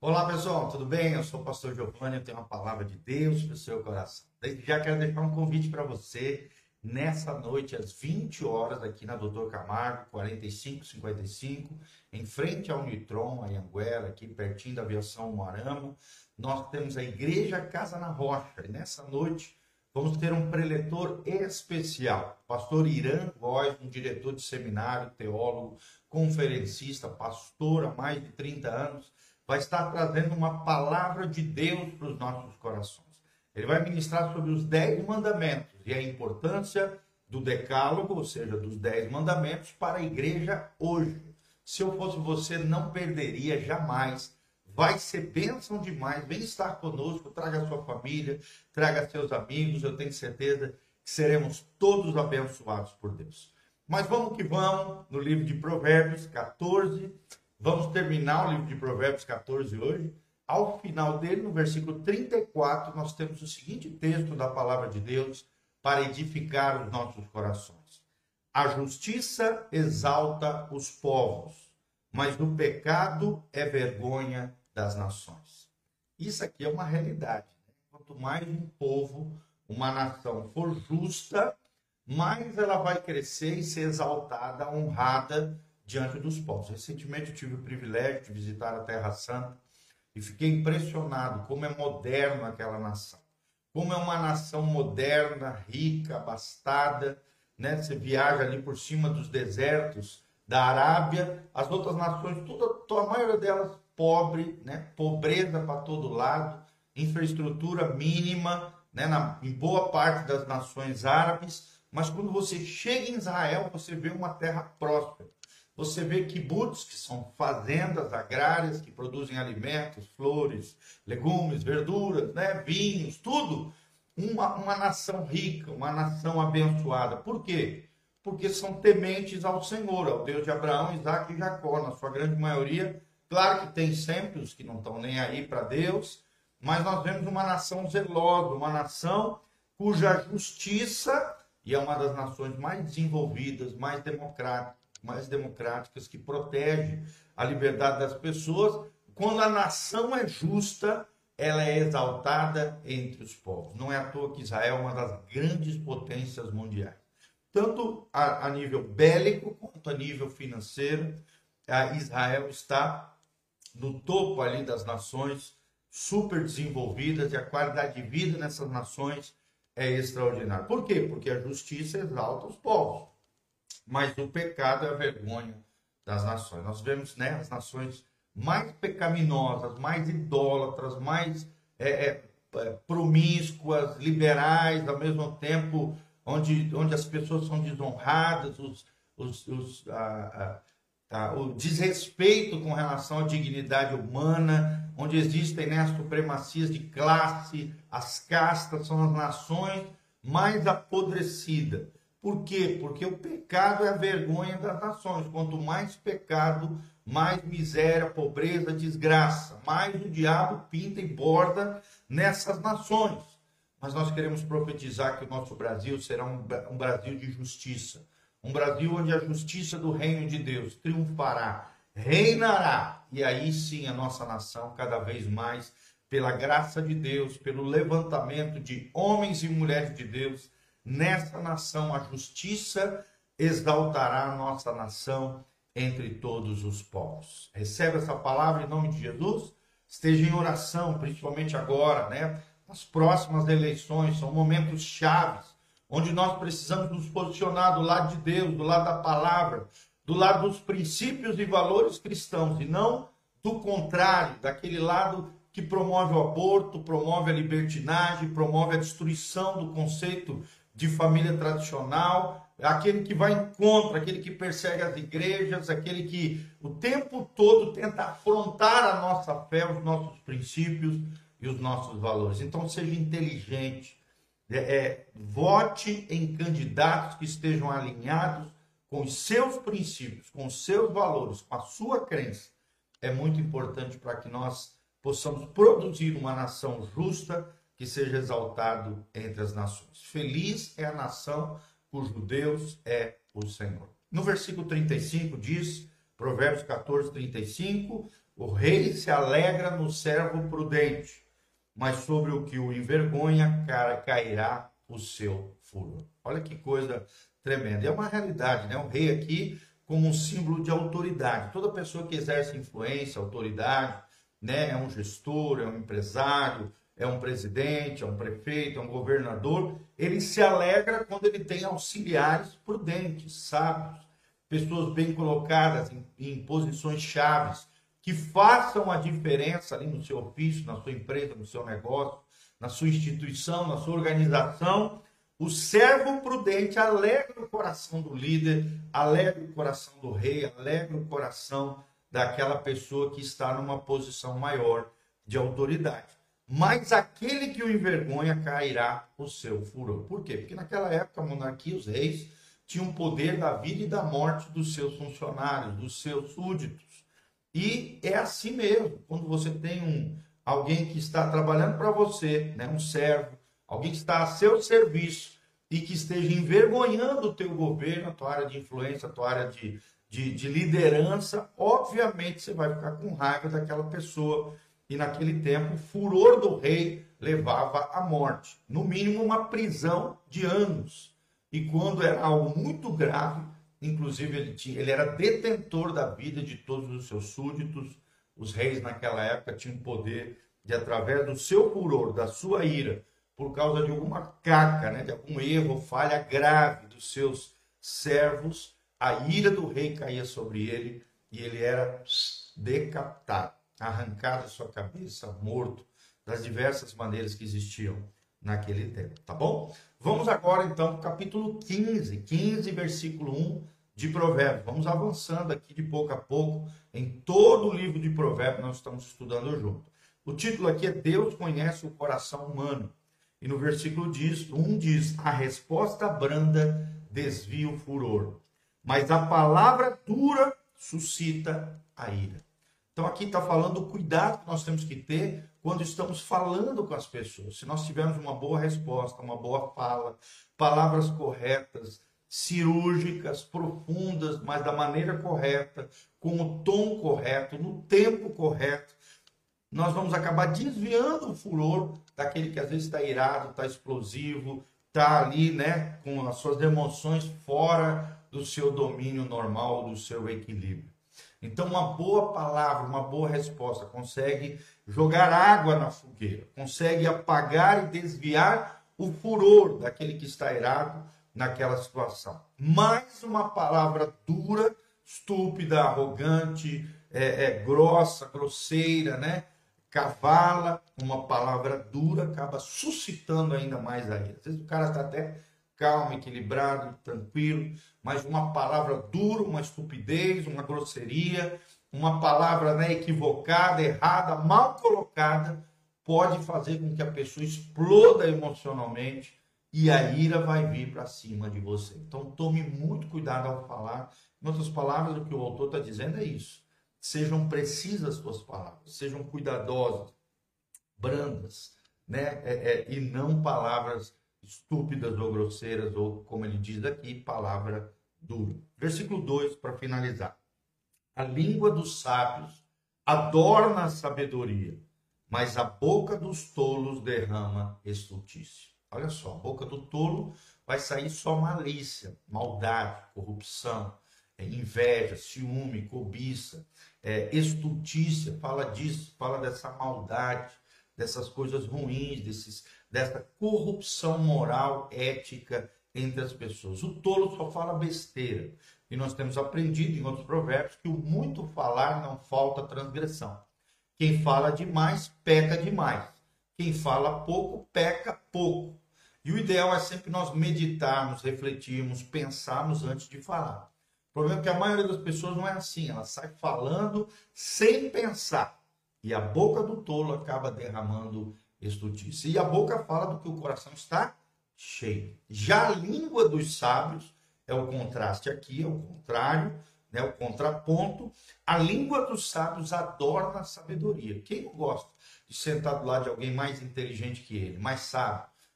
Olá pessoal, tudo bem? Eu sou o pastor Giovanni, eu tenho uma palavra de Deus para o seu coração. Desde já quero deixar um convite para você nessa noite às 20 horas aqui na Doutor Camargo, 4555, em frente ao Nitron, a Anhanguera, aqui pertinho da aviação Moarama. Nós temos a Igreja Casa na Rocha e nessa noite vamos ter um preletor especial, pastor Irã Góes, um diretor de seminário, teólogo, conferencista, pastor há mais de 30 anos, vai estar trazendo uma palavra de Deus para os nossos corações. Ele vai ministrar sobre os 10 mandamentos e a importância do decálogo, ou seja, dos 10 mandamentos para a igreja hoje. Se eu fosse você, não perderia jamais. Vai ser bênção demais. Vem estar conosco, traga a sua família, traga seus amigos. Eu tenho certeza que seremos todos abençoados por Deus. Mas vamos que vamos no livro de Provérbios 14. Vamos terminar o livro de Provérbios 14 hoje. Ao final dele, no versículo 34, nós temos o seguinte texto da palavra de Deus para edificar os nossos corações. A justiça exalta os povos, mas o pecado é vergonha das nações. Isso aqui é uma realidade. Quanto mais um povo, uma nação for justa, mais ela vai crescer e ser exaltada, honrada diante dos povos. Recentemente eu tive o privilégio de visitar a Terra Santa e fiquei impressionado como é moderno aquela nação. Como é uma nação moderna, rica, abastada, né? Você viaja ali por cima dos desertos da Arábia, as outras nações, a maioria delas pobre, né? Pobreza para todo lado, infraestrutura mínima, né? Em boa parte das nações árabes, mas quando você chega em Israel, você vê uma terra próspera. Você vê kibbutz, que são fazendas agrárias que produzem alimentos, flores, legumes, verduras, né? Vinhos, tudo. Uma nação rica, uma nação abençoada. Por quê? Porque são tementes ao Senhor, ao Deus de Abraão, Isaque e Jacó, na sua grande maioria. Claro que tem sempre os que não estão nem aí para Deus, mas nós vemos uma nação zelosa, uma nação cuja justiça, e é uma das nações mais desenvolvidas, mais democráticas, que protege a liberdade das pessoas. Quando a nação é justa, ela é exaltada entre os povos. Não é à toa que Israel é uma das grandes potências mundiais. Tanto a nível bélico, quanto a nível financeiro, Israel está no topo ali das nações super desenvolvidas e a qualidade de vida nessas nações é extraordinária. Por quê? Porque a justiça exalta os povos. Mas o pecado é a vergonha das nações. Nós vemos, né, as nações mais pecaminosas, mais idólatras, mais promíscuas, liberais, ao mesmo tempo, onde as pessoas são desonradas, o desrespeito com relação à dignidade humana, onde existem, né, as supremacias de classe, as castas, são as nações mais apodrecidas. Por quê? Porque o pecado é a vergonha das nações. Quanto mais pecado, mais miséria, pobreza, desgraça. Mais o diabo pinta e borda nessas nações. Mas nós queremos profetizar que o nosso Brasil será um Brasil de justiça. Um Brasil onde a justiça do reino de Deus triunfará, reinará. E aí sim a nossa nação, cada vez mais, pela graça de Deus, pelo levantamento de homens e mulheres de Deus, nessa nação a justiça exaltará a nossa nação entre todos os povos. Recebe essa palavra em nome de Jesus. Esteja em oração, principalmente agora, né? As próximas eleições são momentos chaves, onde nós precisamos nos posicionar do lado de Deus, do lado da palavra, do lado dos princípios e valores cristãos, e não do contrário, daquele lado que promove o aborto, promove a libertinagem, promove a destruição do conceito de família tradicional, aquele que vai contra, aquele que persegue as igrejas, aquele que o tempo todo tenta afrontar a nossa fé, os nossos princípios e os nossos valores. Então seja inteligente, vote em candidatos que estejam alinhados com os seus princípios, com os seus valores, com a sua crença. É muito importante para que nós possamos produzir uma nação justa, que seja exaltado entre as nações. Feliz é a nação cujo Deus é o Senhor. No versículo 35 diz, Provérbios 14, 35, O rei se alegra no servo prudente, mas sobre o que o envergonha, cairá o seu furor. Olha que coisa tremenda. É uma realidade, né? O rei aqui como um símbolo de autoridade. Toda pessoa que exerce influência, autoridade, né? É um gestor, é um empresário, é um presidente, é um prefeito, é um governador. Ele se alegra quando ele tem auxiliares prudentes, sábios, pessoas bem colocadas em posições chaves, que façam a diferença ali no seu ofício, na sua empresa, no seu negócio, na sua instituição, na sua organização. O servo prudente alegra o coração do líder, alegra o coração do rei, alegra o coração daquela pessoa que está numa posição maior de autoridade. Mas aquele que o envergonha, cairá o seu furor. Por quê? Porque naquela época a monarquia, os reis, tinham poder da vida e da morte dos seus funcionários, dos seus súditos. E é assim mesmo, quando você tem alguém que está trabalhando para você, né, um servo, alguém que está a seu serviço e que esteja envergonhando o teu governo, a tua área de influência, a tua área de liderança, obviamente você vai ficar com raiva daquela pessoa. E naquele tempo, o furor do rei levava à morte, no mínimo uma prisão de anos. E quando era algo muito grave, inclusive ele era detentor da vida de todos os seus súditos. Os reis naquela época tinham poder de, através do seu furor, da sua ira, por causa de alguma caca, né, de algum erro, falha grave dos seus servos, a ira do rei caía sobre ele e ele era decapitado, arrancado a sua cabeça, morto, das diversas maneiras que existiam naquele tempo, tá bom? Vamos agora então para o capítulo 15, versículo 1 de Provérbios. Vamos avançando aqui de pouco a pouco, em todo o livro de Provérbios nós estamos estudando junto. O título aqui é Deus conhece o coração humano. E no versículo 1 diz, a resposta branda desvia o furor, mas a palavra dura suscita a ira. Então aqui está falando do cuidado que nós temos que ter quando estamos falando com as pessoas. Se nós tivermos uma boa resposta, uma boa fala, palavras corretas, cirúrgicas, profundas, mas da maneira correta, com o tom correto, no tempo correto, nós vamos acabar desviando o furor daquele que às vezes está irado, está explosivo, está ali, né, com as suas emoções fora do seu domínio normal, do seu equilíbrio. Então, uma boa palavra, uma boa resposta consegue jogar água na fogueira, consegue apagar e desviar o furor daquele que está irado naquela situação. Mas uma palavra dura, estúpida, arrogante, grossa, grosseira, né? Cavala, uma palavra dura acaba suscitando ainda mais a ira. Às vezes o cara está até calmo, equilibrado, tranquilo, mas uma palavra dura, uma estupidez, uma grosseria, uma palavra, né, equivocada, errada, mal colocada, pode fazer com que a pessoa exploda emocionalmente e a ira vai vir para cima de você. Então tome muito cuidado ao falar. Em outras palavras, o que o autor está dizendo é isso. Sejam precisas as suas palavras, sejam cuidadosas, brandas, né? E não palavras estúpidas ou grosseiras, ou, como ele diz aqui, palavra dura. Versículo 2, para finalizar. A língua dos sábios adorna a sabedoria, mas a boca dos tolos derrama estultícia. Olha só, a boca do tolo vai sair só malícia, maldade, corrupção, inveja, ciúme, cobiça, estultícia, fala disso, fala dessa maldade, dessas coisas ruins, dessa corrupção moral, ética entre as pessoas. O tolo só fala besteira. E nós temos aprendido em outros provérbios que o muito falar não falta transgressão. Quem fala demais, peca demais. Quem fala pouco, peca pouco. E o ideal é sempre nós meditarmos, refletirmos, pensarmos antes de falar. O problema é que a maioria das pessoas não é assim. Ela sai falando sem pensar. E a boca do tolo acaba derramando estultícia. E a boca fala do que o coração está cheio. Já a língua dos sábios é o contraste aqui, é o contrário, né, o contraponto. A língua dos sábios adorna a sabedoria. Quem não gosta de sentar do lado de alguém mais inteligente que ele, mais sábio,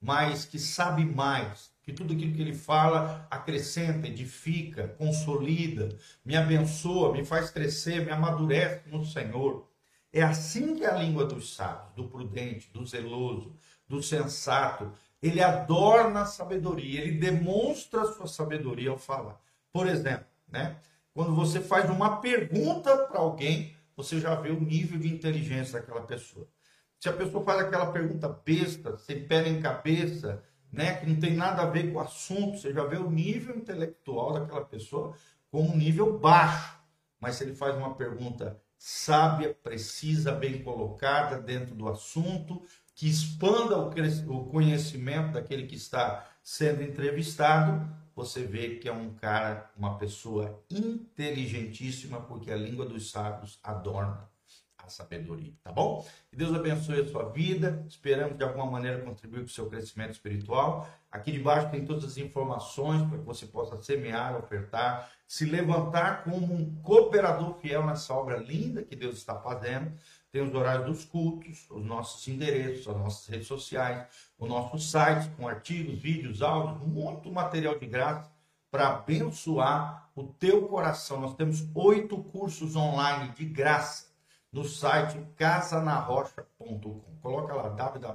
mas que sabe mais, que tudo aquilo que ele fala acrescenta, edifica, consolida, me abençoa, me faz crescer, me amadurece no Senhor. É assim que é a língua dos sábios, do prudente, do zeloso, do sensato. Ele adorna a sabedoria, ele demonstra a sua sabedoria ao falar. Por exemplo, né? Quando você faz uma pergunta para alguém, você já vê o nível de inteligência daquela pessoa. Se a pessoa faz aquela pergunta besta, sem pé nem cabeça, né, que não tem nada a ver com o assunto, você já vê o nível intelectual daquela pessoa com um nível baixo. Mas se ele faz uma pergunta sábia, precisa, bem colocada dentro do assunto, que expanda o conhecimento daquele que está sendo entrevistado, você vê que é um cara, uma pessoa inteligentíssima, porque a língua dos sábios adorna a sabedoria, tá bom? Que Deus abençoe a sua vida. Esperamos de alguma maneira contribuir com o seu crescimento espiritual. Aqui debaixo tem todas as informações para que você possa semear, ofertar, se levantar como um cooperador fiel nessa obra linda que Deus está fazendo. Tem os horários dos cultos, os nossos endereços, as nossas redes sociais, o nosso site com artigos, vídeos, áudios, muito material de graça para abençoar o teu coração. Nós temos 8 cursos online de graça no site casanarrocha.com. Coloca lá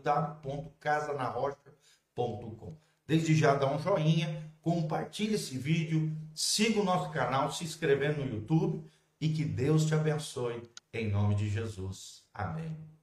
www.casanarrocha.com. Desde já dá um joinha, compartilhe esse vídeo, siga o nosso canal, se inscrevendo no YouTube e que Deus te abençoe em nome de Jesus. Amém.